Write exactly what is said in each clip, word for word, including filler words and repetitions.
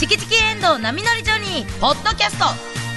チキチキエンドウ波乗りジョニー」ポッドキャスト。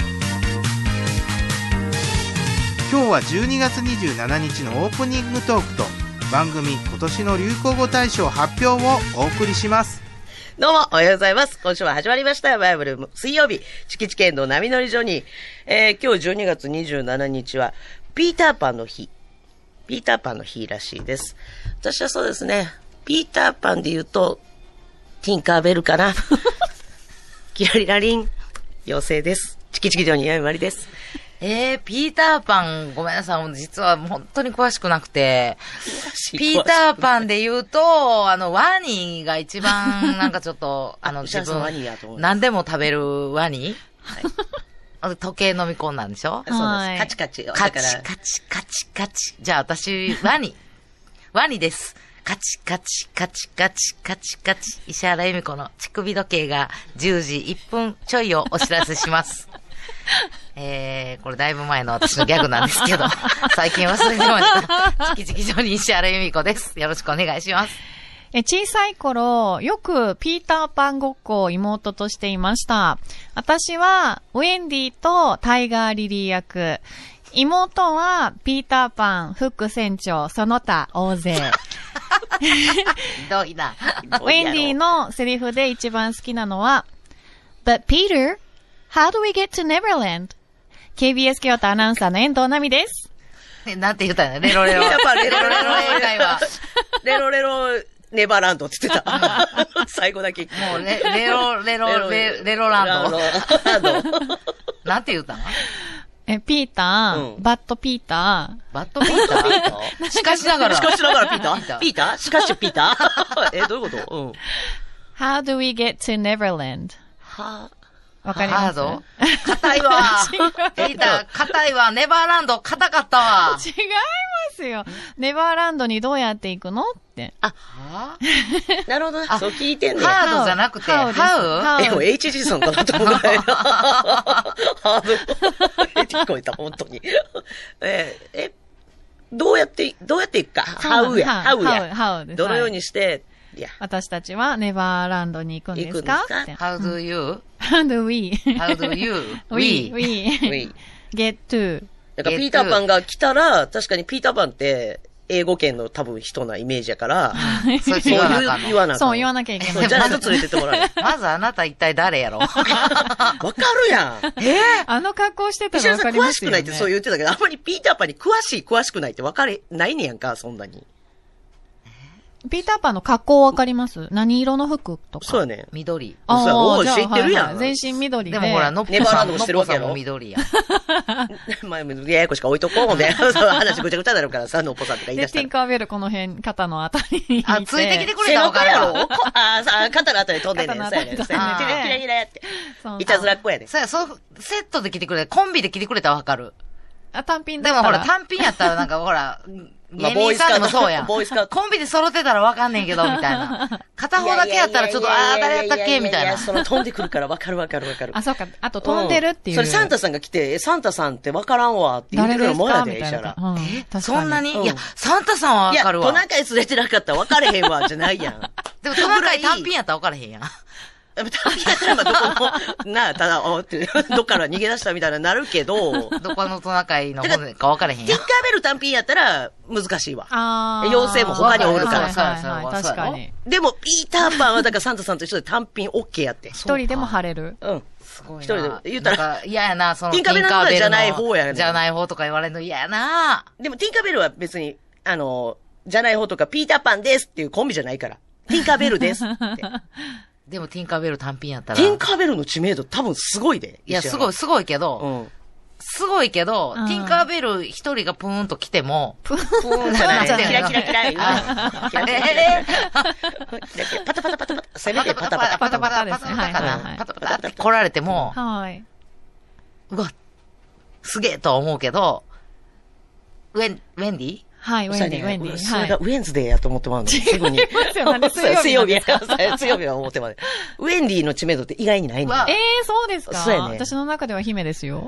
今日はじゅうにがつにじゅうしちにちのオープニングトークと番組今年の流行語大賞発表をお送りします。 どうもおはようございます。今週は始まりましたバイブル水曜日チキチキエンドウ波乗りジョニー、えー、今日じゅうにがつにじゅうしちにちはピーターパンの日。ピーターパンの日らしいです。私はそうですね、ピーターパンで言うとティンカーベルかなキラリラリン妖精です。チキチキジョニーやみまりです。 えー、ピーターパン、ごめんなさい。実は本当に詳しくなくて。ピーターパンで言うと、あの、ワニが一番、なんかちょっと、あの、自分、何でも食べるワニ、はい、時計飲み込んだんでしょ。 そうです。カチカチ。 カチカチカチカチ。じゃあ私、ワニ。ワニです。カチカチカチカチカチカチ。石原由美子の乳首時計がじゅうじいっぷんちょいをお知らせします。えー、これだいぶ前の私のギャグなんですけど、最近忘れてました。チキチキジョニー石原由美子です。よろしくお願いします。 え小さい頃、よくピーターパンごっこを妹としていました。私はウェンディとタイガーリリー役。妹はピーターパン、フック船長、その他大勢。 ひどいな。 ウェンディのセリフで一番好きなのは、But Peter, how do we get to Neverland? ケービーエス 京都アナウンサーの遠藤奈美です。 え、なんて言ったのレロレロ。 やっぱレロレロ英会話。 レロレロネバーランドって言ってた。最後だけ。 もうレレロレロレレロランド。なんて言ったのえ、ピーター、うん、バットピーター。バットピーターしかしながら。 しかしながらピーターピーターしかしピーターえ、どういうことうん。 How do we get to Neverland? はわかります？ ハード硬いわ。ピーター、硬いわ。ネバーランド、硬かったわ。 違いますよ。ネバーランドにどうやって行くのって。 あ、はぁなるほどね。そう聞いてんね。 ハードじゃなくて、ハウハウえ、もう エイチジー さんかなと思うぐらい。ハード。聞こえた、本当に。え、え、どうやって、どうやって行くか。ハウや。ハウや。 ハウです。 どのようにして、 いや私たちはネバーランドに行くんですか？ 行くんですか？ How do you? How do we? How do you? We, we, we get to. だからピーターパンが来たら、確かにピーターパンって英語圏の多分人なイメージやから、 そう言わなあかんの。 言わなあかん。 そう言わなきゃいけない。 じゃないと連れてってもらう。 まずあなた一体誰やろ？わかるやん。 えー、あの格好してたらわかりますよね。 石原さん詳しくないってそう言ってたけど、あんまりピーターパンに詳しい詳しくないって分かれないねやんか、そんなに。 ピーターパンの格好わかります？何色の服とか。 そうやね。 緑。 ああ、知ってるやん。 はいはい、全身緑で。 でもほら、ノッポさんもしてるわけやろ。ノッポさんも緑や。 まあ、ややこしか置いとこうもんね。話ぐちゃぐちゃになるからさ、ノッポさんとか言い出したら。 で、ティンカーベルこの辺、肩のあたりにいて。 あ、ついてきてくれたらわかるやろ。 ああ、肩のあたり飛んでんねん。そうやねん。そうやねん。キラキラって。いたずらっ子やねん。 そうや、そう、セットで来てくれ、コンビで来てくれたらわかる。 あ、単品だったら。 でもほら、単品やったらなんかほら、芸人さんでもそうやん。 ボーイスカウト。 コンビで揃ってたらわかんねんけど、みたいな。片方だけやったらちょっと、ああ、誰やったっけみたいな。 その飛んでくるからわかるわかるわかる。 あ、そうか。あと飛んでるっていう。 それサンタさんが来て、サンタさんってわからんわって言ってくるのもやで、石原。 えそんなにいや、サンタさんはわかるわ。 いや、トナカイ連れてなかったらわかれへんわ、じゃないやん。 でもトナカイ単品やったらわからへんやん。 単品やったらまあどこも、なあ、ただ、おって、どっから逃げ出したみたいななるけど。 どこのトナカイの骨かわからへんやん。 ティンカーベル単品やったら難しいわ。 ああ。 妖精も他におるから。 そうそうそう。 確かに。 でも、ピーターパンはだからサンタさんと一緒で単品 OK やって。 一人でも晴れる。 うん。 すごいな。 一人でも。言ったら。 嫌やな、その。 ティンカーベルのじゃない方やね。 じゃない方とか言われるの嫌やな。 でも、ティンカーベルは別に、あの、じゃない方とか、ピーターパンですっていうコンビじゃないから。ティンカーベルですって。 でもティンカーベル単品やったら。 ティンカーベルの知名度多分すごいで。 いや、すごい、すごいけど、うん、すごいけど、うん、ティンカーベル一人がプーンと来ても、 プーンじゃない。キラキラキラ。キラキラキラ。パタパタパタパタ。せめてパタパタパタパタですね。はいはいはい。パタパタって来られても、 はい。 うわ、すげえと思うけど、ウェン、ウェンディはい、ウェンディ、ウェンディ。 それがウェンズデーやと思ってまうの。すぐに。水曜日や。水曜日は思ってまう。ウェンディの知名度って意外にないね。 ええ、そうですか？ そうやね。 私の中では姫ですよ。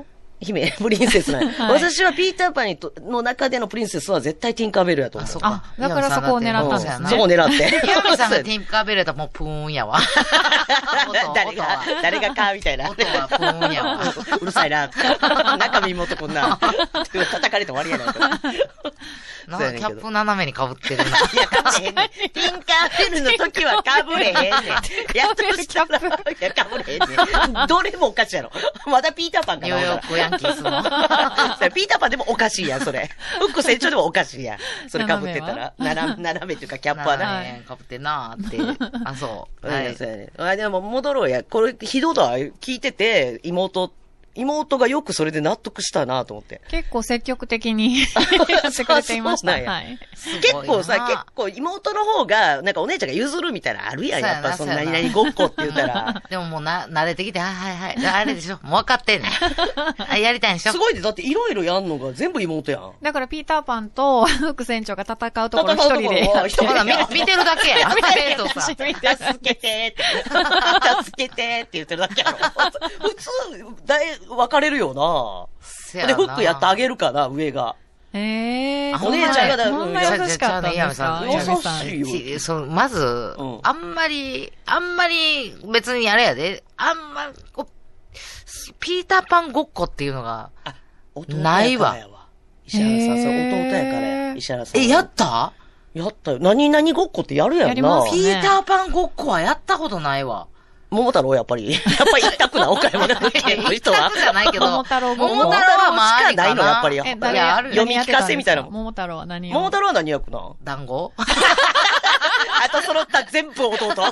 姫、プリンセスなんや、 はい私はピーターパンにとの中でのプリンセスは絶対ティンカーベルやと思う。 あ、そっあだからそこを狙ったんですねそこを狙って。 岩見さんがティンカーベルやったらもうプーンやわ。音誰が、誰がかみたいな。 音はプーンやわ。 うるさいな。中身妹こんな。叩かれて終わりやないか。 なんかキャップ斜めに被ってるな。 いや、かぶれへんねん。ティンカーベルの時はかぶれへんねん。やっとしたら、いや、かぶれへんねん。どれもおかしいやろ。まだピーターパンかな。 ニューヨークヤンキースの。 それピーターパンでもおかしいやん、それ。フック船長でもおかしいやん。それかぶってたら。斜め斜めっていうか、キャップはな。 斜め被ってんなーって。あ、そう。 は。 はいい。 そうやね。あ、でも戻ろうや。これ、ひどだ。聞いてて、妹、妹がよくそれで納得したなと思って。 結構積極的にやってくれていました。 そうなんやはい。 結構さ、結構妹の方が、なんかお姉ちゃんが譲るみたいなのあるやん。やっぱそんな何々ごっこって言ったら。 でももうな、慣れてきて、はいはいはい。あれでしょ。もう分かってんねん。あ、やりたいんでしょ。 すごいで、だっていろいろやんのが全部妹やん。 だからピーターパンとフック船長が戦うところ一人でやって。 ほら、見見てるだけや。 見てる生徒さん。 助けてーって。助けてーって言ってるだけやろ。普通、だい、分かれるよな。で、 せやなフックやってあげるかな、上が。 へえー。 お姉ちゃんがだそんな優しかったんですかうん優ヤミさんしいよちそう、まず、 うんあんまり、あんまり別にあれやで、あんま、こうピーターパンごっこっていうのが、 あ、弟ないわやからやわ。石原さん、それ弟やからへや。 ー石原さん。 え、やったやったよ。何々ごっこってやるやんな。 やりますピーターパンごっこはやったことないわ。 桃太郎やっぱり。やっぱり一択な、岡山の県の人は一択。じゃないけど、 桃太郎ごっこ桃太郎はまあありかなしかないのやっぱりえ、誰いやあるよ読み聞かせみたいなもん桃太郎は何を桃太郎は何役なん団子あと揃った全部弟。団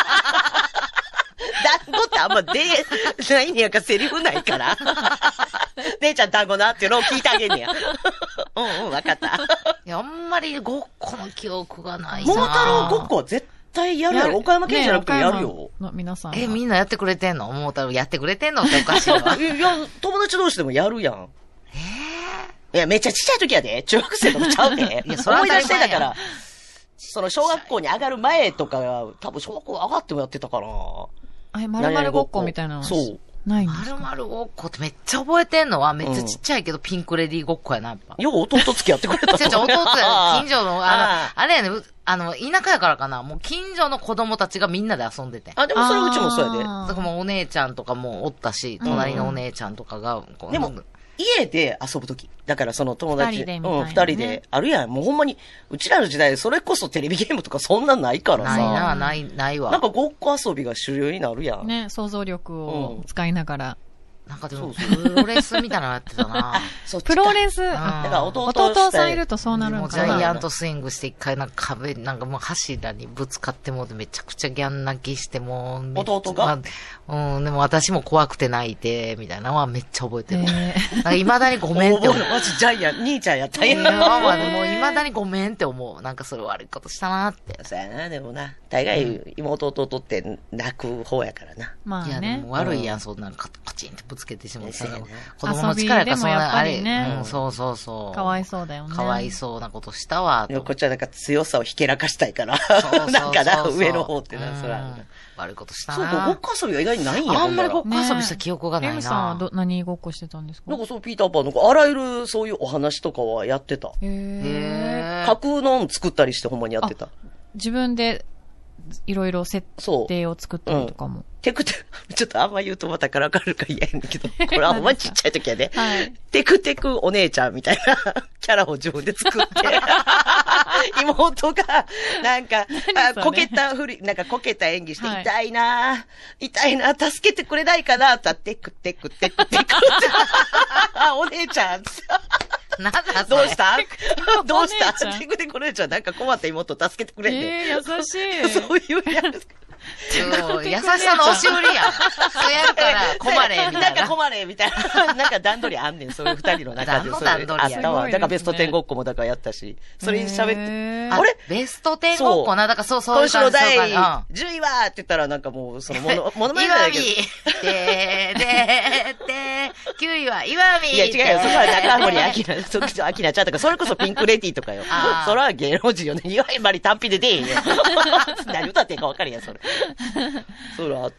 子ってあんまで、ないねやからセリフないから。姉ちゃん団子なっていうのを聞いてあげんねや。うんうん、わかった。 いや、あんまりごっこの記憶がないな。 桃太郎ごっこは絶対やるやろ。岡山県じゃなくてもやるよ。 ね岡山の皆さんは。 え、みんなやってくれてんの桃太郎やってくれてんのっておかしいわ。 いや、友達同士でもやるやん。いや、めっちゃちっちゃい時やで。中学生とかちゃうで。 いやそれは思い出して当たり前やだから。その小学校に上がる前とかは、多分小学校上がってもやってたかな。 あれ、まるまるごっこみたいなのそう。 ないんですかまるまるごっこってめっちゃ覚えてんのはめっちゃちっちゃいけど、ピンクレディーごっこやな、やっぱ。 よう弟付き合ってくれた。 違う違う、弟や、近所の、あの、 ああれやね、うあの、田舎やからかな、もう近所の子供たちがみんなで遊んでて。 あ、でもそれうちもそうやで。 あーだからもうお姉ちゃんとかもおったし、隣のお姉ちゃんとかが、こうでも、家で遊ぶとき。だからその友達。 二人でみたいなねうん、二人で。あるやん。もうほんまに、うちらの時代、それこそテレビゲームとかそんなんないからさ。 ないな、ない、ないわ。 なんかごっこ遊びが主流になるやん。 ね、想像力を使いながら。 なんかでも、 そうプロレスみたいなのやってたな。 そっちかプロレス、 んあだから弟弟さんいるとそうなるもうんかな。 ジャイアントスイングして一回なんか壁、なんかもう柱にぶつかってもうめちゃくちゃギャン泣きしてもうめっちゃ、 弟がまあうん、でも私も怖くて泣いて、みたいなのはめっちゃ覚えてる。 えなんか未だにごめんって思う。 マジジャイアン、兄ちゃんやったんいや。 やまあまあもう未だにごめんって思う。なんかそれ悪いことしたなって。 そうやな、でもな。大概、妹弟って泣く方やからな。 いや、でまあねも。悪いやん、そんなのカカチンってぶつけてしまったらそうやな。 子供の力やからそん遊びでもやっな、あれ、 ぱりねうん、そうそうそう。 かわいそうだよね。 かわいそうなことしたわ、 でもと。 こっちはなんか強さをひけらかしたいから。 そうそうそうなんかな、上の方ってな、 うんそら。 悪いことしたそうか、 な。 ごっこ遊びが意外にないんや、 あんまりごっほこ遊びした記憶がないな。 レミさんはど、何ごっこしてたんですかなんかそう、ピーターパンの、あらゆるそういうお話とかはやってた。 へーへー架空の作ったりしてほんまにやってた。 自分でいろいろ設定を作ったりとかも。 テクテク、ちょっとあんま言うとまたからかるか嫌やねんけど、これはほんまにちっちゃい時やで。 はい。 テクテクお姉ちゃんみたいなキャラを自分で作って、妹が、なんか、 何それあこけたふり、なんかこけた演技して、 はい痛いな痛いな助けてくれないかなってテクテクテクテクって、お姉ちゃん、 なんだそれどうしたどうしお姉ちゃんたテクテクお姉ちゃんなんか困った妹助けてくれんねん。 えー、優しい。 そういうやつ。 そう優しさの押し売りやん。そうやるから困れ、みたないんかな。 困れ、みたいな。なんか段取りあんねん、そういう二人の中で。 何のそれ段取りやあったわ。 すごいですねだからベストテンごっこもだからやったし。それに喋って。 へーああれベストテンごっこな。だからそう、そうい今週のう感じ。そういう第感じゅういはって言ったらなんかもう、そのもの、ものまねじゃ岩ないけ見ど。 で、で、で、きゅういは岩見いや違うよ、そこは中森明菜、そっち明菜ちゃんとか、それこそピンクレディーとかよあ。ーそれは芸能人よね。岩井まり単品で出えへんよ。何歌ってんか分かるやん、それ。それあったね。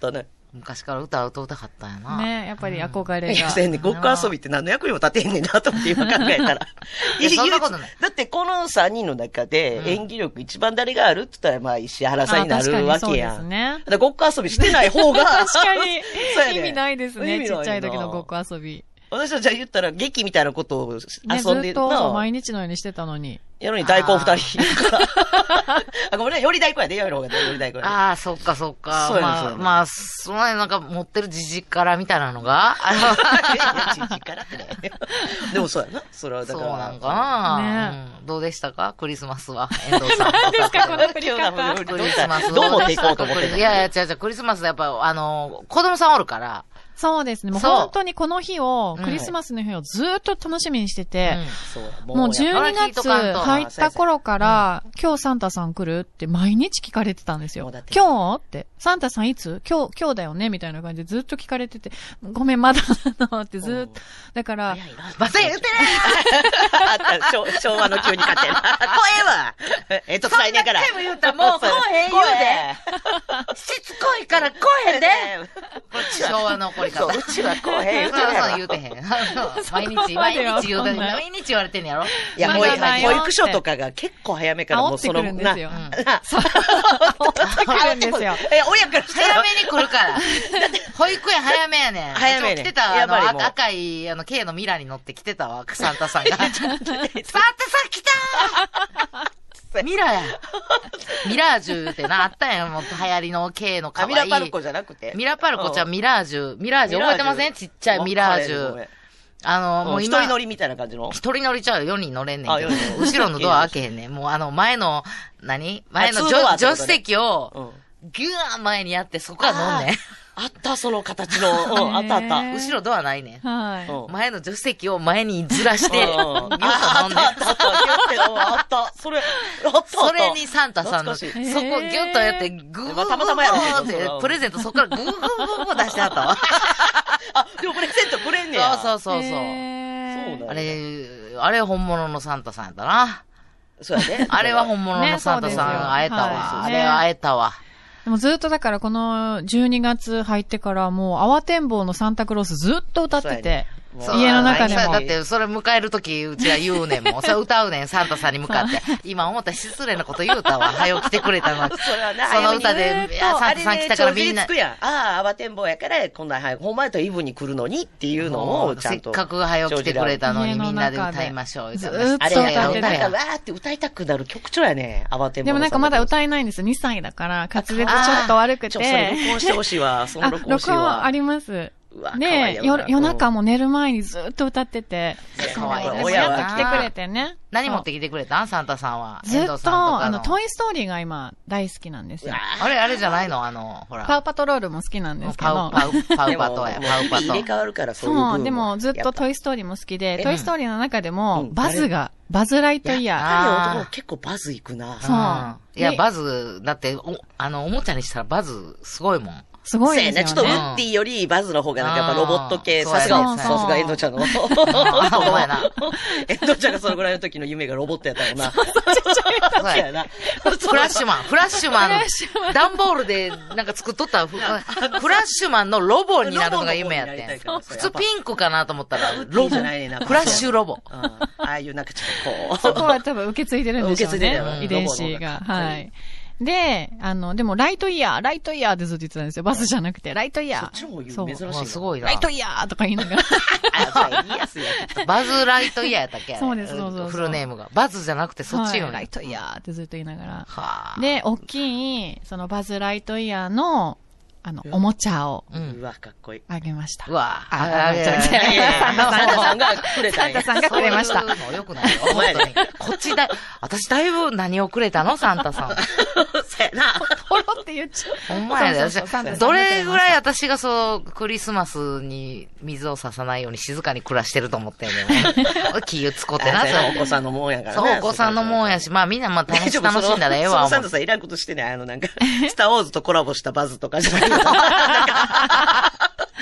昔から歌うと歌かったんやな。 ね、やっぱり憧れいや、 が。 せんね、ごっこ遊びって何の役にも立てへんねんなと思って今考えたら。 いやそんなことないだってこのさんにんの中で演技力一番誰があるって言ったらまあ石原さんになるわけやん。 あ確かにそうですね。 だからごっこ遊びしてない方が。 確かにそうやね意味ないですね。 意味ないなちっちゃい時のごっこ遊び。 私はじゃあ言ったら劇みたいなことをね、 遊ずんでるな。 っとそう毎日のようにしてたのに。 やのに大根二人いるから。あ、ごめんね、より大根やで、よりの方がより大根やで。 ああ、そっかそっか。 そうやねまあ、 そうやねまあ、そのなんか持ってるじじからみたいなのが、あの、 ちちからってね。でもそうやな。それはだそうから。 なんかな、 ねうん。どうでしたかクリスマスは。遠藤さん。 何ですかこの振り今日方。 のクリスマスどう持っていこうと思ってたいやいや、違う違う、クリスマスやっぱ、あの、子供さんおるから、 そうですね。もうそう本当にこの日を、 うんクリスマスの日をずっと楽しみにしてて、 そう。 もうじゅうにやっぱり聞いとかんとがつ入った頃から、今日サンタさん来るって毎日聞かれてたんですよもうだっ。て今日って、サンタさんいつ今日、今日だよねみたいな感じでずっと聞かれてて、ごめん、まだなのってずっと。だから、 また言うてねあった昭昭和の急に勝てる。怖えわえっと、来年から。 そんな回も言うたらもう来へん言うでしつこいから来へんで昭和の怒り方。 そう、うちは来へん言うてそうるやろそう言うてへん。毎日、毎日言うて、毎日言われてんやろいや、 ま保育だだよ保育所とかが結構早めからもうその、 煽ってくるんですよなうんなそう。来るんですよ。 え、親からしたら早めに来るから。保育園早めやねん。 早めやねん今日来てたわ、あの、 やっぱりもう赤赤い、あの、K のミラに乗って来てたわ、サンタさんが。サンタさん来たーミラや。ミラージュってな、あったやん、もう流行りの K の可あ、 愛いミラパルコじゃなくて。 ミラパルコちゃん、ミラージュ。ミラージュミラージュ覚えてませんちっちゃいミラージュ。あの、もう今。 一人乗りみたいな感じの。 一人乗りちゃうよ。よにん乗れんねんけど。 あよにん後ろのドア開けへんねん。もうあの、前の、何前のあ助ツードアってことね助手席を、 うん。 ギューン前にやって、そこは乗んねん。 あった、その形の。うん、あったあった。 へー後ろドアないねん。 はい。 うん前の助手席を前にずらして、ギュうんッとあ飲んで。 あったあった、ギュッて、うんあった。それ、あったあった。 それにサンタさんの、そこギ懐かしいュッとやって、グーグーグまあたまたまやろうけどーって、プレゼントそこからグーグーグーグー出してあったわ。 あ、でもプレゼントくれんねや。 そうそうそうそう。 そうへーなんやあれ、あれ本物のサンタさんやったな。 そうやね。 あれは本物のサンタさんねそうですよ会えたわ。 はいあれは会えたわ。 でもずっとだからこのじゅうにがつ入ってからもう慌てんぼうのサンタクロースずっと歌ってて、 そう家の中でもそうだって、それ迎えるとき、うちは言うねんもん。それ歌うねん、サンタさんに向かって。今思ったら失礼なこと言うたわ。早起きてくれたのに。 それはな、 その歌で早めにいやサンタさん来たからみんなあれね帳尻つくやん。ああ、慌てんぼうやから、こんな、はい、ほんまやったらイブに来るのにっていうのもうをちゃんと。 せっかく早起きてくれたのに家のみんなで中で歌いましょう。 ず言うあれーっとやから、 歌っててなんか、わーって歌いたくなる曲調やね。慌てんぼうのでもなんかまだい歌えないんですよ。にさいだから、滑舌ちょっと悪くちょ、それて。 録音してほしいわ。そのあ、 録音しようわ。 録音あります。 うわ可愛いで、 よな夜夜中も寝る前にずっと歌ってて。 可愛いそうです親はやっと来てくれてね。 何持ってきてくれたんサンタさんは。 ずっ遠藤さんとと、 かあの、トイストーリーが今大好きなんですよ。 あれ、あれじゃないのあの、ほら。 パウパトロールも好きなんですけパウ、 ど。 パウ、パウでもパトや、 もうパウパト。 入れ替わるから、そういう部分そう、でもずっとトイイストーリーも好きで、 えトイストーリーの中でうも、 んバズが、バズライトイヤー。 あー男結構バズいくな。 そううんいや、 ねバズ、だって、お、あの、おもちゃにしたらバズ、すごいもん。 すごいですよね。 そうやな、ちょっとウッディよりバズの方がなんかやっぱロボット系、 うんさすが、 そうそうさすがエンドちゃんの。 あほんまやな。 エンドちゃんがそのぐらいの時の夢がロボットやったもんな。 そうやそうやな。 フラッシュマン、フラッシュマンフラッシュマン、 段ボールでなんか作っとったフフラッシュマンのロボになるのが夢やってん。 そう普通ピンクかなと思ったら、 ウッデロボ。 ィじゃないねんなフラッシュロボ。 うんああいうなんかちょっとこう。 そこは多分受け継いでるんでしょう受け継いでるね。 よ遺伝子が。はい。で、あの、でも、ライトイヤー、ライトイヤーってずっと言ってたんですよ。バスじゃなくて、ライトイヤー。 そっちの方が言うそう珍しいな。 もうすごいなライ。トイヤーとか言いながら。 あ、そうや、言いやすいやつ。 バズライトイヤーやったっけそうですそうそうそうフルネームが。バズじゃなくてそっちよね。 はいライトイヤーってずっと言いながら。 はあ。 で、大きい、そのバズライトイヤーの、あの、おもちゃをうんう。わ、かっこいい。 あげました。 うわあ、 ああ、ちょっと待っていやいやいやサンタサンタささんが。 んがくれたんやサンタさんがくれました。 そういうのよくないよ。本当に。こっちだ、私だいぶ何をくれたのサンタさん。 そうやな。 ポロって言っちゃう。 ほんまやで。 そうそうそうサンタさんどれぐらい私がそう、クリスマスに水を差さないように静かに暮らしてると思ってんねん。気を使ってな、 あそうやそお子さんのもんやからう。そう、お子さんのもんやし、まあみんなまあ楽し楽しんだらええわ。 そのサンタさんいらんことしてね、あのなんか、スターウォーズとコラボしたバズとかじゃない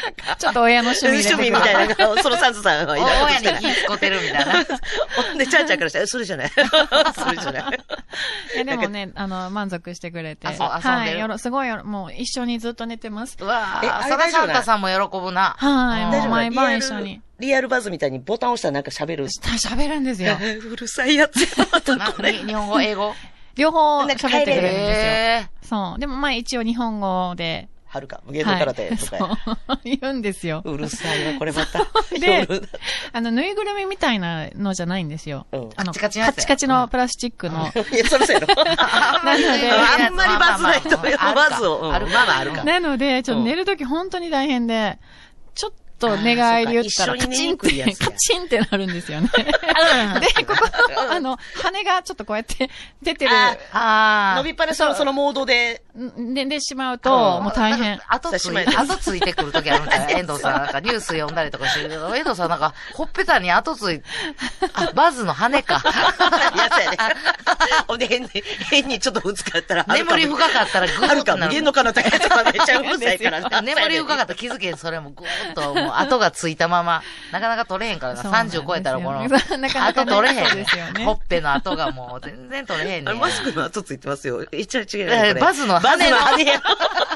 ちょっと親の趣味で。 趣味みたいなのが、そのサンタさんがいない。 親に気使ってるみたいな。 ほんで、ちゃんちゃんからしたら、それじゃない。それじゃない。 えでもね、あの、満足してくれて。 あ、そう、遊んでる。 はい、よろ、すごいよろ、もう一緒にずっと寝てます。 うわえ、 ぁ、それサンタさんも喜ぶな。 はい、 大丈夫もう毎晩一緒に。 リアルバズみたいにボタン押したらなんか喋る。 喋るんですよ。 うるさいやつ。 な日本語、英語両方喋ってくれるんですよ。 へそう。でもまあ一応日本語で。 はるか、無限の空手とか、 はい、そう言うんですよ。 うるさいわ、これまた。 で、あの、ぬいぐるみみたいなのじゃないんですよ。 うん、 あの、 カチカチのカチカチのプラスチックの。 いや、それそうやろ。 なので、 あんまりバズないと、バズを。 あるまああるか。 なので、ちょっと寝るとき本当に大変で、ちょっと寝返り打ったらカチンって、カチンってなるんですよね。で、ここの、あの、羽がちょっとこうやって出てる。 ああ。伸びっぱなしのそのモードで。 で、でしまうと、もう大変。 後つい、後ついてくるときあるんじゃない遠藤さんなんかニュース読んだりとかしてるけど、遠藤さんなんか、ほっぺたに後つい、あ、バズの羽か。 やつやね。ほんで変に、変にちょっとぶつかったら、 眠り深かったらグーッとなる。 はるか、無限の彼方やつはめっちゃうるさいからな。 眠り深かったら気づけん、それもぐーっと、もう後がついたまま、なかなか取れへんからな。さんじゅう超えたらこの、後取れへんね。ほっぺの後がもう全然取れへんねん。 マスクの後ついてますよ。え、ちゃ違う。 バズの羽の。 羽や。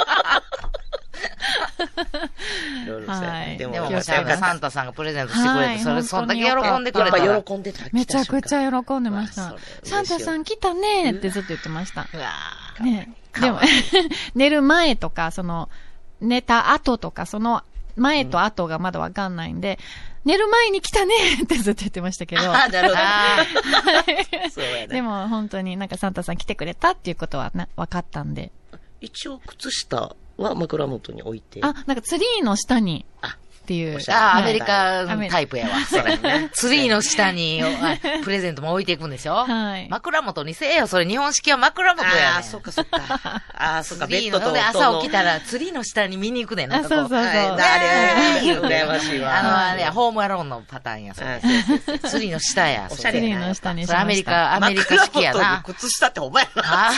はい。でも、サンタさんがプレゼントしてくれて、それ、そんだけ喜んでくれたら。 喜んでた。 めちゃくちゃ喜んでました。サンタさん来たねってずっと言ってました。ね。でも、寝る前とか、その、寝た後とか、その、前と後がまだわかんないんで、寝る前に来たねってずっと言ってましたけど。 あ、なるほど。 そうやね。でも本当になんかサンタさん来てくれたっていうことはな、分かったんで。 一応靴下は枕元に置いて。 あ、なんかツリーの下に。あっていう。 ああ、アメリカタイプやわ。それね。ツリーの下に、プレゼントも置いていくんでしょはい。枕元にせえよ。それ日本式は枕元やね。 ああ、そっかそっか。ああ、そっか、ベッドと。 で、朝起きたら、ツリーの下に見に行くねん。なんかこう。 そうそうそう。あれ、羨ましいわ。 あの、あれや、ホームアローンのパターンや、それ。ツリーの下や。 おしゃれツリーの下にしました。 アメリカ、アメリカ式やな。 靴下ってほんまやな。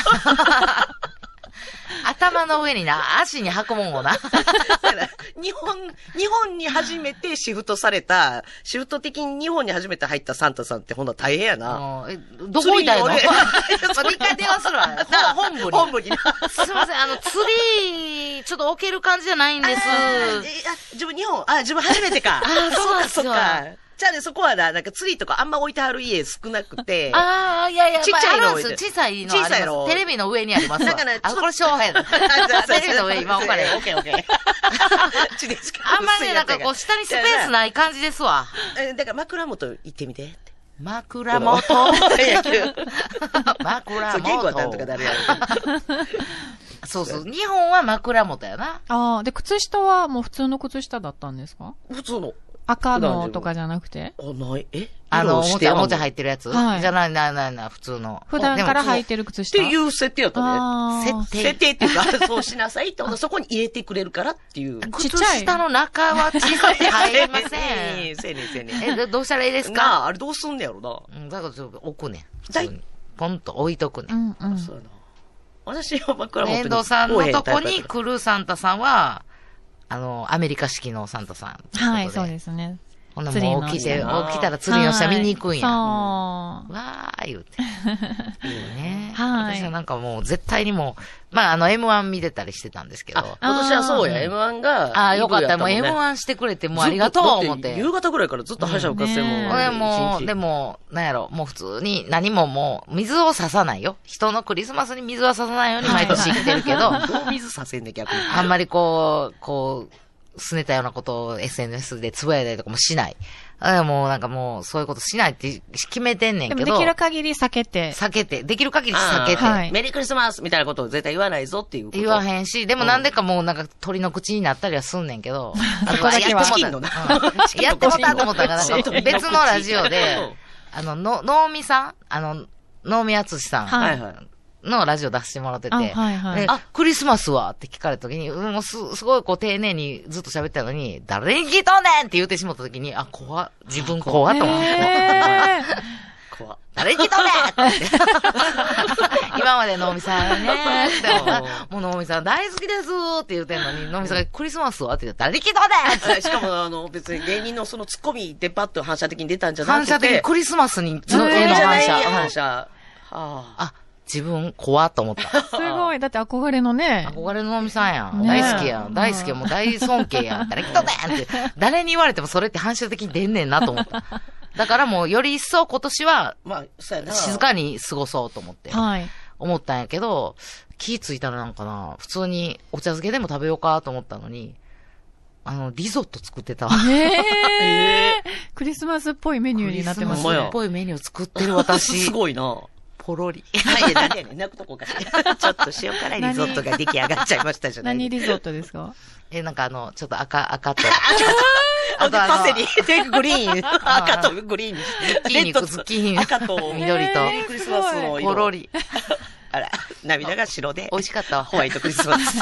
頭の上にな、足に履くもんをな。 日本、日本に初めてシフトされた、シフト的に日本に初めて入ったサンタさんってほんな大変やな。 え、どこいたいの？また一回電話するわ。本部に。 本部に。 すいません、あの、ツリー、ちょっと置ける感じじゃないんです。 自分日本、あ、自分初めてか。 あ、そうか、そうか。 じゃあね、そこはな、なんかツリーとかあんま置いてある家少なくて。 ああ、いやいや、 ちっちゃいの置いて。 小さいのあります。 小さいの。 テレビの上にありますわ。 だから、 あ、これ昭和やな。テレビの上今置かれ。 オッケーオッケー。 あんまりね、なんかこう、下にスペースない感じですわ。 だから枕元行ってみて。 枕元野球。 枕元。 そう、言語はなんとかなるやろ。 そうそう。日本は枕元やな。 ああ、で、靴下はもう普通の靴下だったんですか？ 普通の。 赤のとかじゃなくて？ あ、ない。えあの、おもちゃ、おもちゃ入ってるやつはい。 じゃない、ない、ない、ない、普通の。 普段から履いてる靴下。 っていう設定やったね。設定。 設定っていうか、そうしなさいって、そこに入れてくれるからっていう。 靴下の中は小さい入りません。 せえねん、せえねん。え、どうしたらいいですか？ なあ、あれどうすんねやろな。 うん、だからちょっと置くねん。ポンと置いとくねん。 うん、うん。 そうやな。私は枕元に。 遠藤さんのとこに来るサンタさんは、あの、アメリカ式のサンタさん。 はい、そうですね。 ほんなもう起きて、起きたらツリーの下見に行くんや。 はい、 そう。わー言うて。いいよね。 はい。 私はなんかもう絶対にもう、まああの エムワン 見てたりしてたんですけど。 今年はそうや、エムワン が。 ああ、よかった。もう エムワン してくれてもうありがとう思って。 夕方ぐらいからずっと敗者復活戦も。 俺もう、でも、なんやろ、もう普通に何ももう、水を差さないよ。人のクリスマスに水は差さないように毎年生きてるけど。 どう水差せんね逆に。 あんまりこう、こう、拗ねたようなことを エスエヌエス でつぶやいたりとかもしない。もうなんかもうそういうことしないって決めてんねんけど。 でもできる限り避けて。 避けて。できる限り避けて。 はい、メリークリスマスみたいなことを絶対言わないぞっていうこと。 言わへんし、でもなんでかもうなんか鳥の口になったりはすんねんけど。 あとはやってもた。 やってもたと思ったから、別のラジオで、あの、の、能見さんあの、能見敦さん。 はいはい。 のラジオ出してもらってて、あ、 はいはい、 あ、クリスマスはって聞かれた時に、もうす、すごいこう丁寧にずっと喋ってたのに、誰に聞いとんねんって言ってしまった時に、あ、怖っ、自分怖っと思って。 怖誰に来とんねんって今まで能見さんね、でも、もう能見さん大好きですって言ってんのに、能見さんがクリスマスはって言って、誰に来とんねんってしかも、あの、別に芸人のそのツッコミでパッと反射的に出たんじゃなくて。 反射的にクリスマスに、 その絵の反射。 反射。はあ。あ、自分怖っと思った。 すごい。だって憧れのね。 憧れの能見さんやん。 ね大好きやん。大好きやん。もう大尊敬やん。誰来とんねんって。誰に言われてもそれって反射的に出んねんなと思った。だからもうより一層今年は、 まあ、そうやな。 静かに過ごそうと思って。 はい。 思ったんやけど、気ついたらなんかな、普通にお茶漬けでも食べようかと思ったのに、あの、リゾット作ってたわ。 えー、クリスマスっぽいメニューになってますクリスマスねっ。ぽいメニュー作ってる私。 すごいな。 ポロリ。 はい、なんでやねん。泣くとこおかしい。ちょっと塩辛いリゾットが出来上がっちゃいましたじゃない。 何リゾットですか？ え、なんかあの、ちょっと赤、赤と。 あとパセリ、で、グリーン、赤とグリーンにして。 ズッキーニ、ズッキーニ。 赤と緑と。 クリスマスの色。 ポロリ。 あら、涙が白で。 美味しかったわ。 ホワイトクリスマス。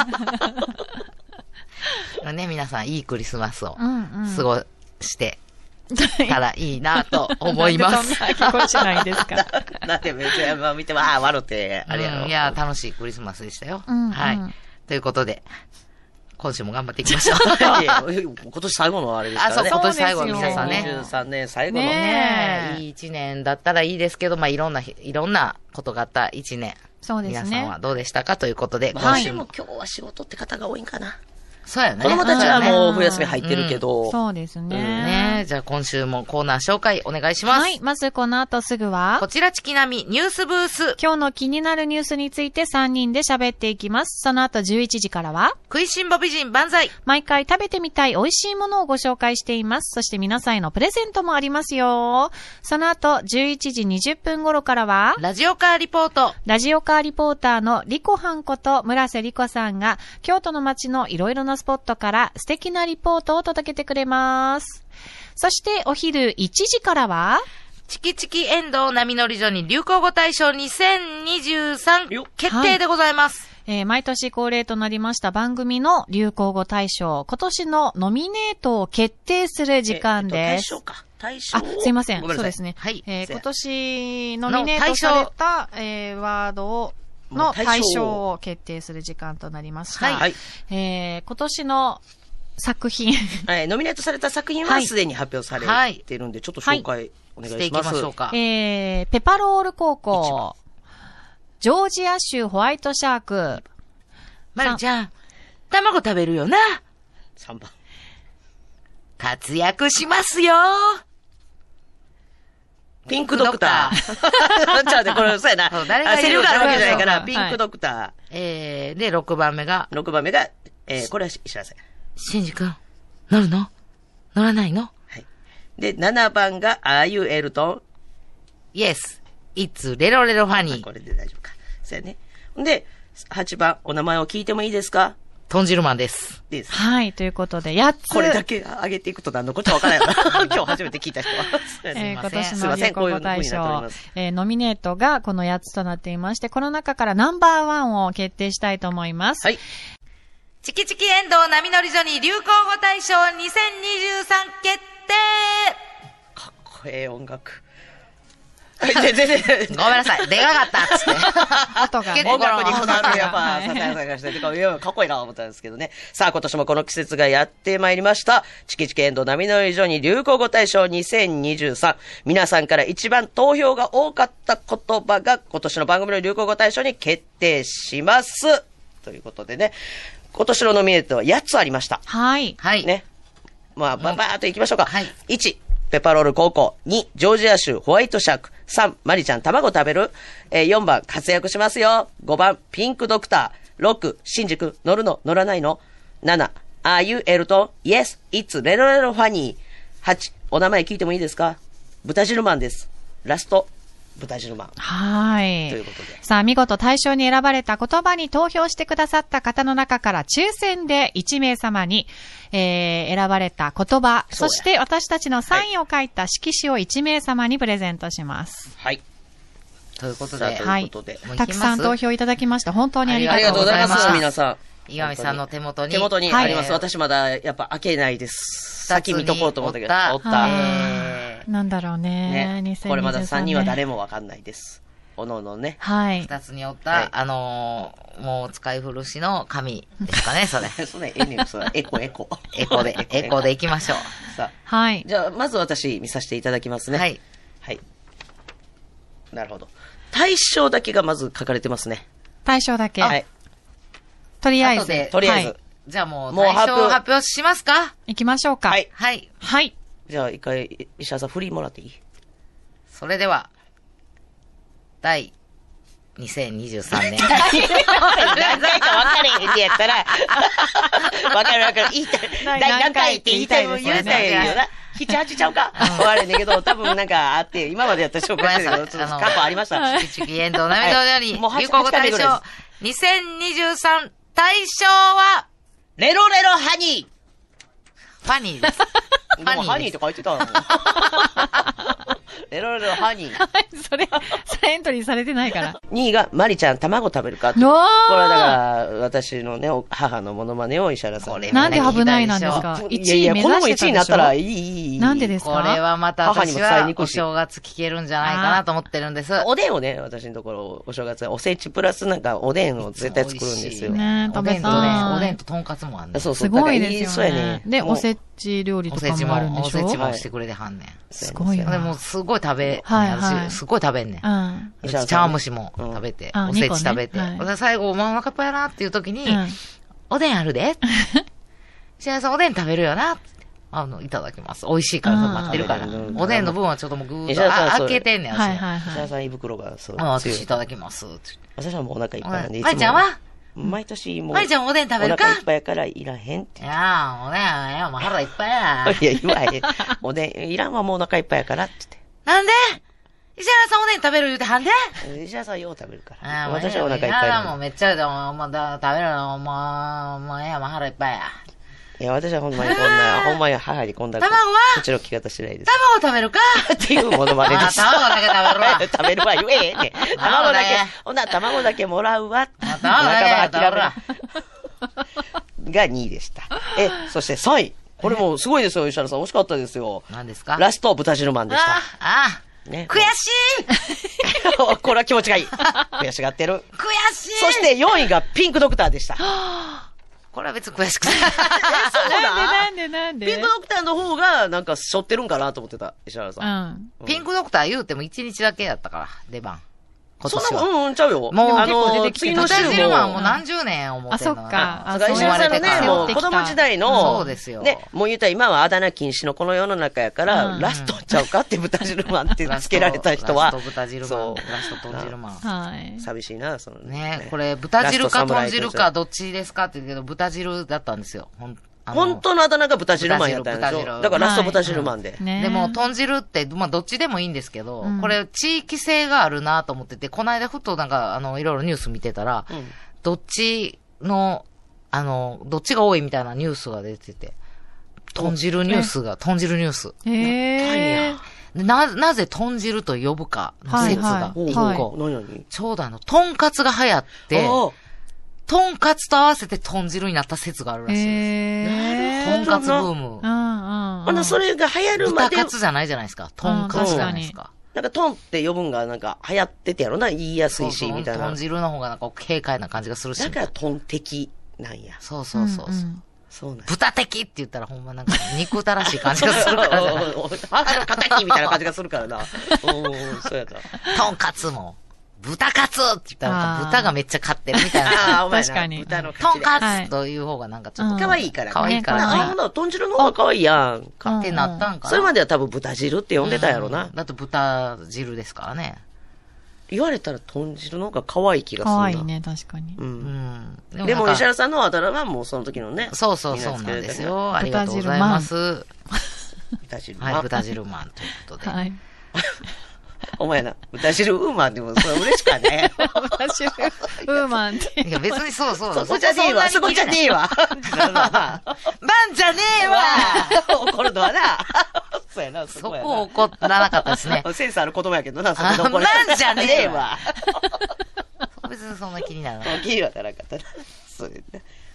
ね、皆さんいいクリスマスをうんうん。 過ごしてたらいいなと思います。 なんでそんな気持ちないんですか？ なんでめっちゃ、まあ見て、わあ、笑って、あれやろ。 うんいや、楽しいクリスマスでしたよ。 うんうんはい。ということで、今週も頑張っていきましょう。 いや今年最後のあれですからね。 あ、そう、今年最後のそうですよ皆さんね。 にじゅうさんねん最後の。 ねねえ、いい一年だったらいいですけど、まあ、いろんな、いろんなことがあった一年。 そうですね。 皆さんはどうでしたかということで、 まあ、 今週もでも。今日は仕事って方が多いんかな。 そうやね。 子供たちはもううん冬休み入ってるけど。 そうですね。 ねじゃあ今週もコーナー紹介お願いします。 はい。まずこの後すぐはこ、ちらチキナミニュースブース。 今日の気になるニュースについてさんにんで喋っていきます。その後じゅういちじからは、 食いしん坊美人万歳。 毎回食べてみたい美味しいものをご紹介しています。そして皆さんへのプレゼントもありますよ。その後じゅういちじにじゅっぷん頃からは、 ラジオカーリポート。 ラジオカーリポーターのリコハンこと村瀬リコさんが京都の街のいろいろなスポットから素敵なリポートを届けてくれます。そしてお昼いちじからは、 チキチキエンドウ波乗り所に流行語大賞にせんにじゅうさんよ決定でございます。 えー毎年恒例となりました番組の流行語大賞、今年のノミネートを決定する時間です。 えっと大賞か。大賞。 あ、すいません。 ごめんなさいそうですね。 はいえーせや今年ノミネートされた、えーワードをの対象を決定する時間となりました。 はいはい。 えー今年の作品。 はい。ノミネートされた作品ははいすでに発表されてるんで、ちょっと紹介お願いしていきしま。 ますしょうか。 えー、ペパロール高校、ジョージア州ホワイトシャーク、 まるちゃん、卵食べるよな。 さんばん。 活躍しますよ。 ピンクドクター。ちょっと待って、これ、そうやな。 そう誰が言うあセリフがあるわけじゃないから、 そうピンクドクタえー、で、ろくばんめが、 ー。ろくばんめが、えー、これは石原さん。 シンジ君、乗るの乗らないのはい。で、ななばんが、Are you Elton? ?Yes, it's レロレロファニー。 これで大丈夫か。そうやね。で、はちばん、お名前を聞いてもいいですか豚汁マンです。 です。 はい、ということで、やっつ。 これだけ上げていくと何のこっちゃわからないよな。今日初めて聞いた人は。そうやねえー今すいません年の流行語大すいませんこういう風になってお賞ります、 えーノミネートがこのやっつとなっていまして、この中からナンバーワンを決定したいと思います。 はい。 チキチキエンドウ波乗り所に流行語大賞にせんにじゅうさん決定。 かっこええ音楽。全然、 ごめんなさい。でかかったっつって。 音がね結構音楽にこだわるやっぱ、 はいささやさやしててか、いや、かっこいいなと思ったんですけどね。さあ、今年もこの季節がやってまいりました。チキチキエンド波乗り所に流行語大賞にせんにじゅうさん。皆さんから一番投票が多かった言葉が今年の番組の流行語大賞に決定します。ということでね、今年のノミネートはやっつありました。 はい。 はい。 ね。まあ、ばばーっと行きましょうか。 はいいち、ペパロール高校。に、ジョージア州ホワイトシャーク。さん、マリちゃん卵食べる。えー、よんばん、活躍しますよ。ごばん、ピンクドクター。ろく、シンジ君、乗るの乗らないの。なな、Are you Elton? Yes, it's レロレロファニー。はち、お名前聞いてもいいですか？豚汁マンです。ラスト、豚汁マン。 はい。 ということでさあ、見事対象に選ばれた言葉に投票してくださった方の中から抽選でいちめい様に、えー、選ばれた言葉、 そうやそして私たちのサインを書いた色紙をいちめい様にプレゼントします。 はい。 ということでさあと、 はいいうことで。 もう行きますたくさん投票いただきました。本当にありありがとうがとうごございますす、 ざいま。 皆さん。 井上さんの手元に。 手元にあります。 はい私まだ、やっぱ開けないです。先見とこうと思ったけど。おった。 えーなんだろうね。 ね。 にせんにじゅうさんねんこれまださんにんは誰もわかんないです。おのおのね。 はい。 二つにおった、 はいあのー、もう使い古しの紙ですかね、それ。 それ、ええねん、それ、エコエコ。 エコで、エコで行きましょう。 さはいあ、。じゃあ、まず私見させていただきますね。 はい。 はい。なるほど。対象だけがまず書かれてますね。 対象だけ。 はい。 とりあえず。 後でとりあえず。 はいじゃあもう、 もう対象発表発表しますか？ 行きましょうか。 はい。 はい。 はい。 じゃあ、一回、石原さん、フリーもらっていい？ それでは、第にせんにじゅうさんねん。 何回か分かれへんってやったら、分かる分かる。言いたい。 第第何回って言いたいもん何回言いたいよな。ひちはちちゃうか。分かるんだけど、多分なんかあって、今までやったら紹介してるけど、ちょっと過去ありました。 チキチキエンドウ涙のように、 もうはち流行語大はち回目ぐらい賞にせんにじゅうさん大賞は、 レロレロハニファニーです。 ー。でもハニーって書いてたの。レロレロハニー。 はい、それ、それエントリーされてないから。 にいが、マリちゃん卵食べるかって。 のーこれはだから、私のね、お母のモノマネを石原さんに。 なんで危ないなんですかい ?いちやいや、 位目この指してたんでしょいちいになったらいい、いい、いい。 なんでですかこれはまた母に私はも伝えにくいしお正月聞けるんじゃないかなと思ってるんです。 おでんをね、私のところ、お正月はおせちプラスなんかおでんを絶対作るんですよ。 ねおでんと食べたいね、おでんととんかつもあんねん。 そうそう。 すごいだからですそうやよね。で、 もうおせち料理とかおせちも、おもあるんでしょせちもしてくれてはんねん。 すごいよでも、すごい食べ、 はいはい私すごい食べんねん。 うん。 石原さん茶碗蒸しも食べて、 うんおせち食べて。 あにこねはいで最後、まあお腹いっぱいやなっていう時に、 うんおでんあるで石原さんおでん食べるよなってあの、いただきます。美味しいから待ってるから。 うんおでんの分はちょっともうぐーっ石原さんとあそう開けてんねん、 はい私。 はいはい。 石原さん胃袋がそうあ強い私いただきます。って私はもうお腹いっぱいなんで。 まいちゃんは毎年もう。 まいちゃんおでん食べるかお腹いっぱいやからいらへんってい。やー、おでん、いや、もう腹いっぱいや。 いや、言わへん。おでん、いらんはもうお腹いっぱいやからってなんで石原さんおでん食べる言うてはんで言って。石原さんよう食べるから。 あーもう私はお腹いっぱいやなの。 もうめっちゃ、でも、もうだ食べるの、もう、もうええや、もう腹いっぱいや。 いや、私はほんまにこんな、ほんまに母にこんな、 卵は口の利き方してないです。 卵食べるかっていうものまでです。 あ卵だけ食べるわ食べるわ、言えへんねん。卵だ卵だけけ、ほんなら卵だけもらうわ。 あ卵だけ食べるわ。 がにいでした。え、そしてさんい。これもすごいですよ、石原さん。惜しかったですよ。 何ですかラスト、豚汁マンでしあた。 あ、 ね。 悔しいこれは気持ちがいい。悔しがってる。 悔しいそしてよんいがピンクドクターでした。 これは別に悔しくない。 そうだなんでなんでピンクドクターの方が、なんか、背負ってるんかなと思ってた、石原さ。 うんん。 ピンクドクター言うても一日だけやったから、出番。今そん年は。 なもん、うん、ちゃうよ。 もうあ結構出の、 てきて次の週豚汁マンもも、 何十年思ってんのあそっかあだから石原さんのね、 そうもう子供時代の、 そうですよね、もう言うたら今はあだ名禁止のこの世の中やから、 うんラストちゃうかって豚汁マンってつけられた人はラスト豚汁マン。 そラスト豚汁マン。 はい。 寂しいな、そのねこれ、豚汁かラスト侍豚汁かどっちですかって言うけど、豚汁だったんですよ。ほんあの本当のあだ名が豚汁マンやったんでし豚汁ょだからラスト豚汁マンで。 ねでも、豚汁って、まあ、どっちでもいいんですけど、 うんこれ、地域性があるなと思ってて、この間ふとなんか、あの、いろいろニュース見てたら、 うんどっちの、あの、どっちが多いみたいなニュースが出てて、豚汁ニュースが、豚汁ニュース。 へえ。 でな、なぜ豚汁と呼ぶかの説がはい一はい個、 何何ちょうどあの、とんかつが流行って、 あとんかつと合わせて豚汁になった説があるらしいです。 へえ。 とんかつブーム。 うんうんうん。 あほんなそれが流行るまで、 豚カツじゃないじゃないですか。とんかつじゃないですか。 なんかトンって呼ぶんがなんか流行っててやろな、言いやすいし、みたいな。 豚汁の方がなんか軽快な感じがするし。 だからトン的なんや。 そうそうそうそう。 んんそうなんや。 豚的って言ったらほんまなんか憎たらしい感じがするからじゃない。 母の敵みたいな感じがするからな。うんうん、そうやった。 とんかつも、豚カツって言ったらなんか豚がめっちゃ勝ってるみたいな。 ああ、お前な確かに豚のと勝ちで。 んかつという方がなんかちょっとうん可愛いから。 可愛いからあ、 ねほんなら豚汁の方が可愛いやん。かってなったんかな。 それまでは多分豚汁って呼んでたやろなうん。だって豚汁ですからね。 言われたら豚汁の方が可愛い気がするな。 かわいいね、確かに。 う。 うんん。 でも、石なんか原さんのあだ名はもうその時のね。 そうそうそうなんですよ。ありがとうございます。 豚汁。 はい、豚汁マンということで。 はい。 お前な、豚汁ウーマンでもそれ嬉しくはね。 私、ウーマンって。 いや、別にそうそう。 そこじゃねえわ、そこじゃねえわ。なるほどな。 バンじゃねえわ怒るのはな。そうやな、そそこやな。 こ怒らなかったですね。 センスある言葉やけどな、そこあで怒る。 なんじゃねえわわ。 別にそんな気にならない。 気にはならなかったな。そうやな。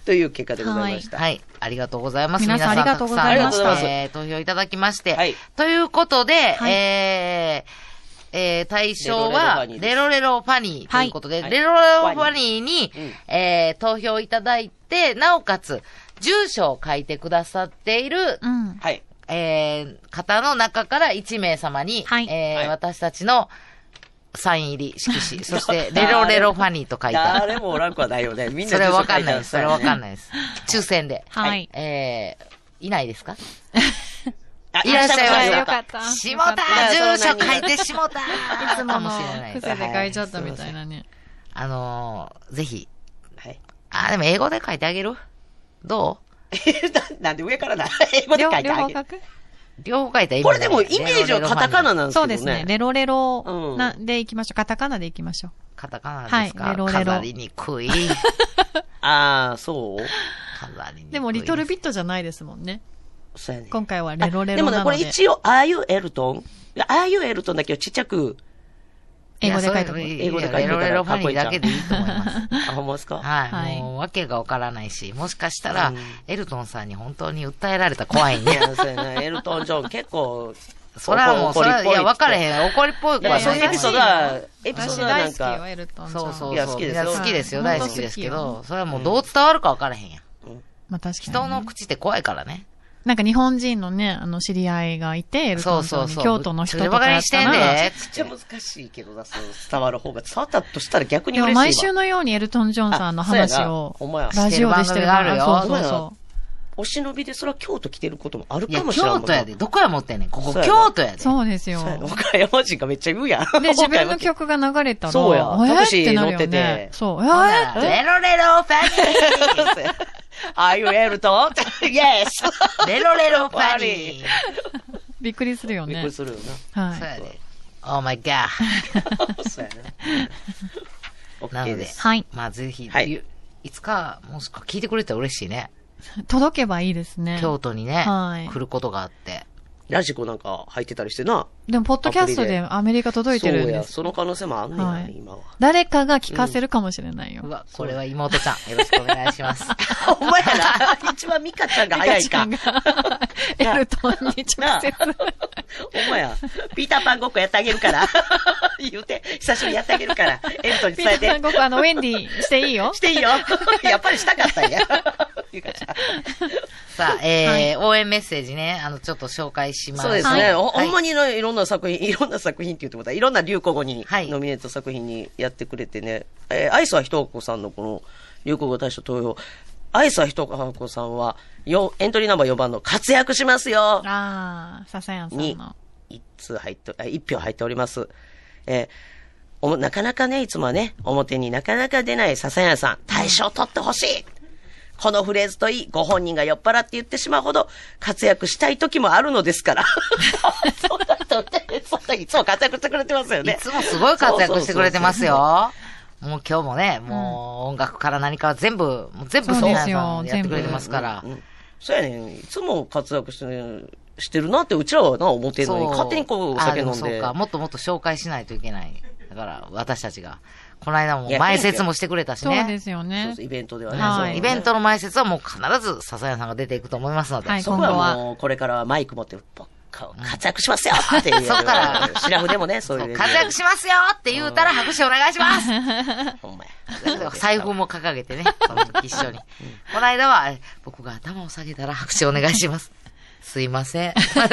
という結果でございました。 はい。ありがとうございます。 皆さんありがとうございました皆さんたくさんえー、投票いただきまして。 はい。 ということで、 はいえー、えー、対象は、レロレロファニーということで、 はいレロレロファニーに、 うんえー、投票いただいて、なおかつ、住所を書いてくださっている、 うん。 はい。 えー、方の中からいち名様に、 はいえーはい私たちのサイン入り色紙、そして、レロレロファニーと書いた。 誰もおらんくはないよね。みんなそれはわかんないです。それはわかんい。 ないです。抽選で。 はい。 えー、いないですかあいらっしゃいましたよかった。 しもた住所書いてしもたいつものかもしれないです。 癖で書いちゃったみたいなね。 あのー、ぜひ。 はい。 あ、でも英語で書いてあげるどななんで上からな。英語で両書いてあげる。 両方書くう両方書いたら意味これでもイメージはカタカナなんですけどね。 そうですね。レロレロうんな、で行きましょう。カタカナで行きましょう。 カタカナですか、 はいレロレロ飾りにくい。 ああ、そう飾りにくい。 でも、リトルビットじゃないですもんね。 そうやね。 今回はレロレでもね、 ロなので。 これ一応、ああいうエルトンああいうエルトンだけをちっちゃく、 英語で書いてもいやそれ英語で書いてレロレロファニーだけでいいと思います。 あ、ほんまですかはい、 はいもう、わけがわからないし、もしかしたら、 うんエルトンさんに本当に訴えられたら怖いんで。 いや、そうやな。エルトン・ジョン結構、 それはもう、それは、いや、分かれん。 へん。怒りっぽい子いや、 はないそういうエピソードは、エピソー私ドはなん大好きよ、 か、 エルトン。 そうそうそう。 いや好きですよいや好きですよ。 はい大好きですけ本当好ど、それはもうどう伝わるか分からへんやん。 まあ確かに。 人の口って怖いからね。 なんか日本人のね、あの、知り合いがいて、エルトンさんにそうそうそう。 京都の人とバカにかやっしたてんで。 ら、 めっちゃ難しいけどな、その伝わる方が。伝わったとしたら逆に嬉しいわ。 でも毎週のようにエルトン・ジョンさんの話をあ、そうやなほんまやラジオでしてるしてる番組があるよそうそうそお忍びでそれは京都来てることもあるいや、 かもしれない。 京都やで。どこや持ってんねん。ここそうやなう。 京都やで。 そうですよ。 そうやな。岡山人がめっちゃ言うやん。 で、自分の曲が流れたら、 そうやえータクシーってなるよ乗っててね。そう。えほんなーらレロレロファニーああいうエルトンイエスレロレロファニーびっくりするよねびっくり。するよはい。 そうやで。Oh my god. な。そうやな。 なの OK でです。 はい。 まあぜひ、 はいい、いつか、もしくは聞いてくれたら嬉しいね。 届けばいいですね。 京都にね、 はい来ることがあって。 ラジコなんか入ってたりしてな。 でも、ポッドキャストでアメリカ届いてるんそうや、 です。 その可能性もあんねんな、 はい今は。 誰かが聞かせるかもしれないよ。 うわ、これは妹ちゃん。よろしくお願いします。 お前やな。一番ミカちゃんが早いか。 ミカちゃんがエルトンに直接。 お前や。ピーターパンごっこやってあげるから。言うて、久しぶりにやってあげるから。エルトンにピ伝えて。 ーターさんごくあの、ウェンディしていいよし。ていいよ。やっぱりしたかったんや。ミカちゃん。 さあ、えー応援メッセージね、あの、ちょっと紹介します。 そうですね。 はいほほんまにいろいろんな作品、いろんな作品って言ってことは、いろんな流行語に、 はいノミネート作品にやってくれてね。えー、アイスはひとこさんのこの流行語大賞投票。アイスはひとこさんは、よエントリーナンバーよんばんの活躍しますよあー、笹谷さんにの。、 一通入って、あ一票入っております。えーおもなかなかね、いつもはね、表になかなか出ない笹谷さん、大賞取ってほしい、このフレーズといい、ご本人が酔っ払って言ってしまうほど活躍したい時もあるのですから。そんな人って、そんないつも活躍してくれてますよね。 いつもすごい活躍してくれてますよ。 そもう今日もね、もう音楽から何から全部、もう全部そうですよさんやってくれてますから。 うんそうやねん。いつも活躍してる、してるなって、うちらはな、思ってるのに、 そう勝手にこう、お酒飲んで。 あもそうか、もっともっと紹介しないといけない。だから、私たちが。この間もいや前説もしてくれたしね。 そうですよそうねそう。イベントではね。 はいそうイベントの前説はもう必ず笹谷さんが出ていくと思いますので。 はいそこ今後ははもう、これからはマイク持って、ぼっか活躍しますよっていう。 そっからシラフでもね、そういう。 活躍しますよって言うたら拍手お願いしますほんまや。 財布も掲げてね、その時一緒に。この間は、僕が頭を下げたら拍手お願いします。すいません。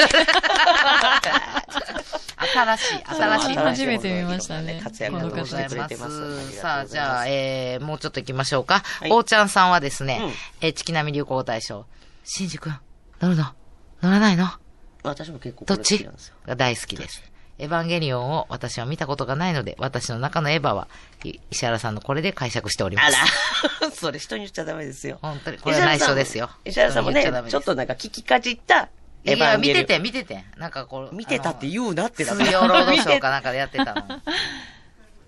新しい、新しい初めて見ましたね活躍ありがとうございましてくれてます。 す。さあ、じゃあ、えー、もうちょっと行きましょうか。 はいおーちゃんさんはですね、 うんえー、チキナミ流行語大賞。しんじ君、乗るの乗らないの私も結構これ好どっちきなんですよ。 が大好きです。エヴァンゲリオンを私は見たことがないので、私の中のエヴァは、い石原さんのこれで解釈しておりまあす。 ら、それ人に言っちゃダメですよ。 本当に、これは内緒ですよ。 石原さんもね人に言っちゃダメ、ですちょっとなんか聞きかじったいや、 エヴァンゲリオン見てて、見てて。なんかこう。 見てたってう言うなってだ水曜ロードショーかなんかでやってたの。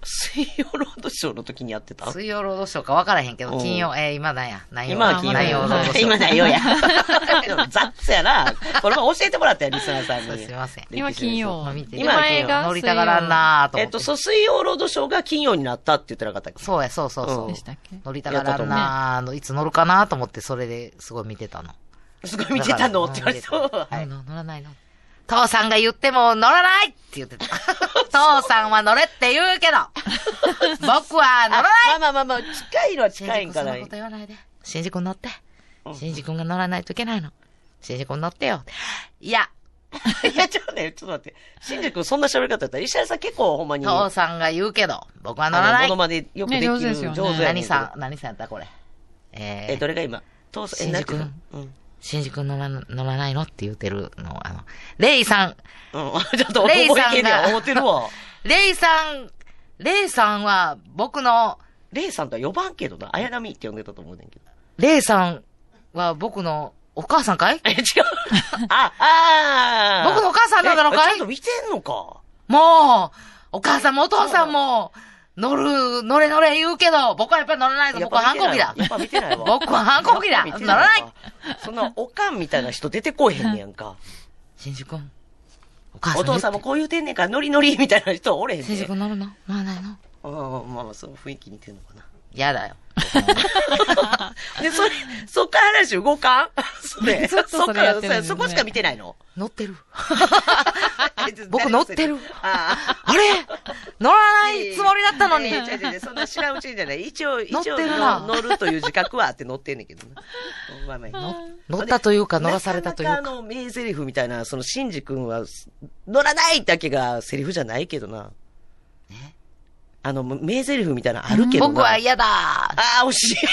水曜ロードショーの時にやってた水曜ロードショーか分からへんけど、金曜、えー、今なんや。何曜今は金曜何曜ロードショー。 今何曜や。雑やな。これも教えてもらったよ、リスナーさんに。 すいません。 今金曜。 見て今は金曜乗りたがらんなーと思って。 えっと、そう、水曜ロードショーが金曜になったって言ってなかったっけ？ そうや、そうそうそう。 うんでしたっけ？ 乗りたがらんなーの、いつ乗るかなと思って、それですごい見てたの。 すごい見てたのって言われそう。 はい。乗らないの。父さんが言っても乗らないって言ってた。父さんは乗れって言うけど、僕は乗らない。 まあまあまあまあ、近いのは近いんかな。 そんなこと言わないで。シンジ君乗って。シンジ君が乗らないといけないの。シンジ君乗ってよ。いや。 いや、ちょっとね、ちょっと待って。シンジ君そんな喋り方だったら、石原さん結構ほんまに。 父さんが言うけど、僕は乗らない。 モノマネよくできる。 ね、上手ですよね。 上手やね何さん、何さんやったこれ。えー、 え、どれが今？父さん、 シンジ君。 うん。 シンジ君乗ら、乗らないのって言うてるの、あの、レイさん。 うん、ちょっと、レイさんが、思ってるわ。 レイさん、レイさんは、僕の、 レイさんとは呼ばんけどな、綾波って呼んでたと思うねんけど。 レイさんは僕の、お母さんかい？ え、違う。あ、あ僕のお母さんなんだろうかい？ ちゃんと見てんのか。 もう、お母さんもお父さんも、乗る、乗れ乗れ言うけど、僕はやっぱり乗らないぞ。僕は反抗期だ。 やっぱ見てないわ。 僕は反抗期だ。乗らない。 そんな、おかんみたいな人出てこえへんねやんか。 新宿君。お母さん。 お父さんもこう言うてんねんから、ノリノリみたいな人おれへんねん。 新宿乗るの乗らないの？ ああ、まあまあ、その雰囲気似てんのかな。 やだよ。 で、それ、そっから話動かんそれ。 ずっとそれやってるんですねそこしか見てないの？ 乗ってる。僕乗ってる。 ああれ乗らないつもりだったのに。 いやいや違う違うそんな知らんうちにじゃない。一応、一応乗ってるな乗るという自覚はあって乗ってんねんけどな。まあまあ乗ったというか乗らされたというか。 なかなかあの、名台詞みたいな、その、シンジ君は、乗らないだけがセリフじゃないけどな。 ねあの、名台詞みたいなのあるけどな。 僕は嫌だー。 ああ、惜しい。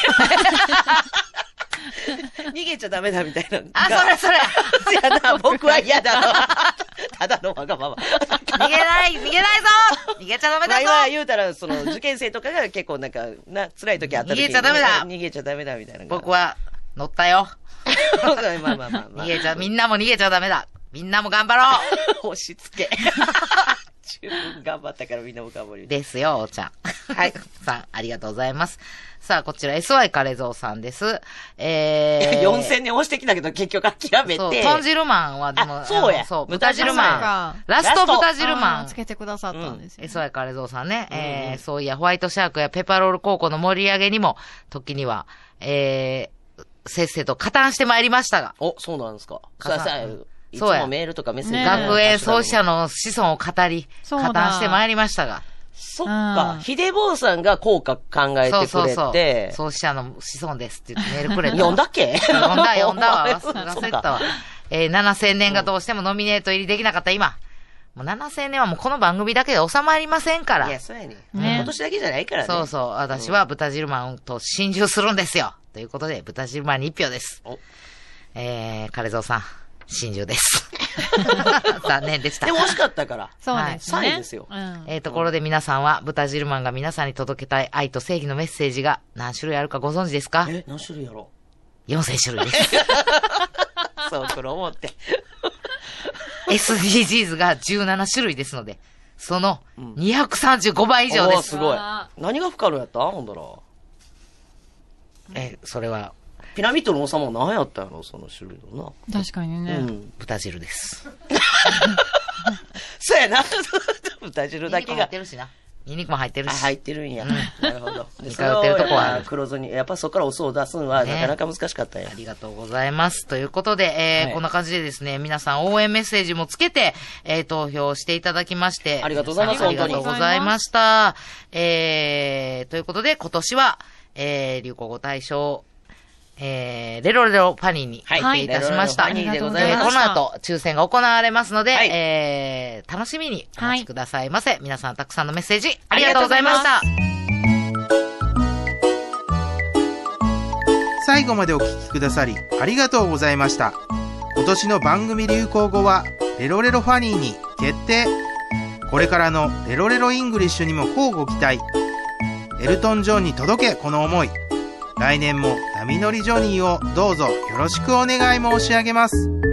逃げちゃダメだみたいな。 あ、それそれ。 やだ、僕は嫌だ。ただのわがまま。 逃げない、逃げないぞ逃げちゃダメだぞ、 まあ、今言うたら、その、受験生とかが結構なんか、な、辛い時あった時に逃げちゃダメだ逃げちゃダメだみたいな。 僕は乗ったよ。 まあまあまあまあ。 逃げちゃ、みんなも逃げちゃダメだ。みんなも頑張ろう押し付け。十分頑張ったからみんなも頑張る。 ですよ、おーちゃん。はい。さん、ありがとうございます。さあ、こちら エスワイ カレゾウさんです。えー。 よんせんねん押してきたけど結局諦めて。 そう、豚汁マンはでも、 あそうやそう、豚汁マン。ラスト豚汁マン。 つけてくださったんですよ、ね。 エスワイ カレゾウさんね。 うんうん、 えー、そういや、ホワイトシャークやペパロール高校の盛り上げにも、時には、えー、せっせと加担してまいりましたが。 お、そうなんですか。 加担さあさあ、いつもメールとかメッセージ、 ね学園創始者の子孫を語り、加担してまいりましたが。 そっか。ひでぼうさんが効果考えてくれて。そうそうそう。 創始者の子孫ですって言ってメールくれた。 読んだっけ読んだ、読んだわ。忘れたわ。えー、ななせんねんがどうしてもノミネート入りできなかった今。もうななせんねんはもうこの番組だけで収まりませんから。 いや、そうやね。 ね今年だけじゃないからね。 そうそう。私は豚汁マンと心中するんですよ。ということで、豚汁マンに一票です。えー、カレゾウさん、心中です。残念でした。 でも惜しかったから。 そうですね。 さんいですよ。 うん、 えー、ところで皆さんは、豚汁マンが皆さんに届けたい愛と正義のメッセージが何種類あるかご存知ですか？ え、何種類やろう ?よんせん種類です。 そう、これ思って。 エスディージーズ がじゅうなな種類ですので、そのにひゃくさんじゅうごばい以上です。 おーすごい。何が不可能やったほんだら。 えー、それは、 ピラミッドの王様は何やったんやろその種類のな。確かにね。 うん。 豚汁です。 そうやな。豚汁だけが。 ニンニクも入ってるしな。ニンニクも入ってるし。 入ってるんや。なるほど。 似通ってるとこはある。 黒酢に、やっぱそこからお酢を出すのはなかなか難しかったんや。 ありがとうございます。ということで、えーこんな感じでですね、皆さん応援メッセージもつけて、えー、投票していただきまして。 ありがとうございます、 ありがとうございました。えー、ということで、今年は、えー、流行語大賞、えー、レロレロパニーに決定いたしました。 はい、レロレロパニーでございます。 この後、抽選が行われますので、 はい、 えー、楽しみにお待ちくださいませ。はい、皆さんたくさんのメッセージ、ありがとうございました。 最後までお聞きくださり、ありがとうございました。今年の番組流行語は、レロレロファニーに決定。これからのレロレロイングリッシュにも乞うご期待。エルトン・ジョンに届け、この思い。来年も波乗りジョニーをどうぞよろしくお願い申し上げます。